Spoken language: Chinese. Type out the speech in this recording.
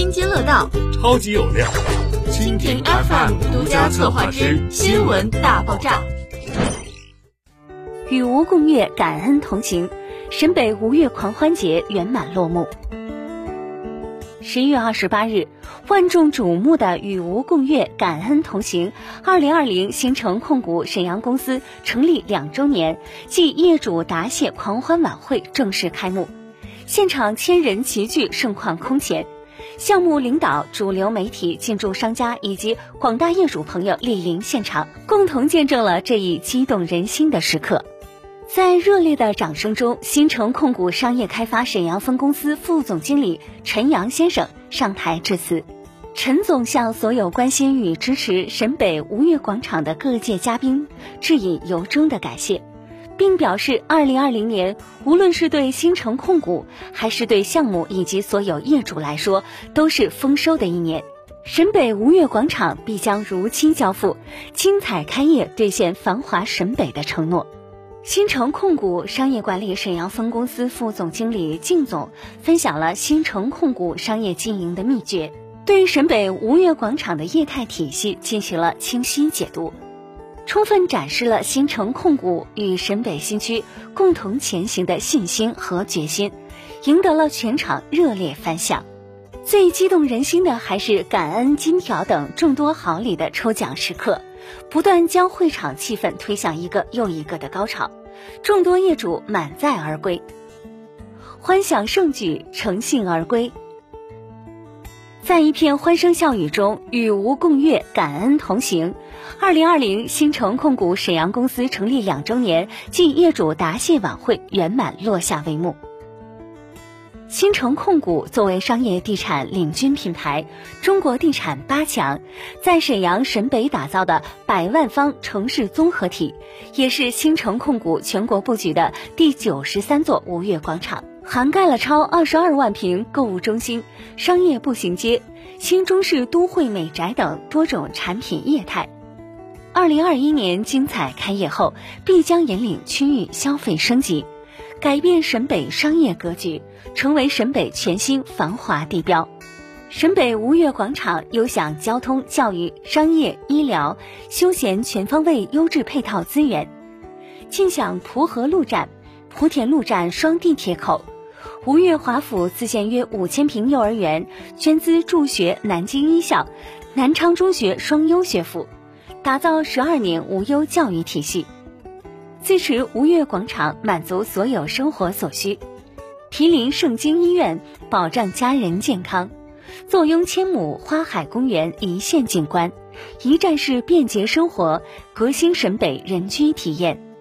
津津乐道， 超级有料。 蜻蜓 FM 独家策划之新闻大爆炸。 与吴共悦，感恩同行，沈北吴越狂欢节圆满落幕。11月28日，万众瞩目的与吴共悦，感恩同行2020新城控股沈阳公司成立2周年暨业主答谢狂欢晚会正式开幕，现场千人齐聚，盛况空前。项目领导、主流媒体、进驻商家以及广大业主朋友莅临现场，共同见证了这一激动人心的时刻。在热烈的掌声中，新城控股商业开发沈阳分公司副总经理陈阳先生上台致辞。陈总向所有关心与支持沈北吴越广场的各界嘉宾致以由衷的感谢，并表示2020年无论是对新城控股还是对项目以及所有业主来说，都是丰收的一年。沈北吴越广场必将如期交付，精彩开业，兑现繁华沈北的承诺。新城控股商业管理沈阳分公司副总经理靳总分享了新城控股商业经营的秘诀，对沈北吴越广场的业态体系进行了清晰解读，充分展示了新城控股与沈北新区共同前行的信心和决心，赢得了全场热烈反响。最激动人心的还是感恩金条等众多好礼的抽奖时刻，不断将会场气氛推向一个又一个的高潮，众多业主满载而归，欢享盛举，乘兴而归。在一片欢声笑语中，与吴共悦，感恩同行2020新城控股沈阳公司成立2周年暨业主答谢晚会圆满落下帷幕。新城控股作为商业地产领军品牌，中国地产8强，在沈阳沈北打造的100万方城市综合体，也是新城控股全国布局的第93座吴越广场，涵盖了超22万平购物中心、商业步行街、新中式都会美宅等多种产品业态。2021年精彩开业后，必将引领区域消费升级，改变沈北商业格局，成为沈北全新繁华地标。沈北吴越广场优享交通、教育、商业、医疗、休闲全方位优质配套资源，尽享蒲河路站、莆田路站双地铁口，吴越华府自建约5000平幼儿园，捐资助学南京一校、南昌中学双优学府，打造12年无忧教育体系。支持吴越广场满足所有生活所需，毗邻盛京医院，保障家人健康，坐拥千亩花海公园一线景观，一站式便捷生活，革新沈北人居体验。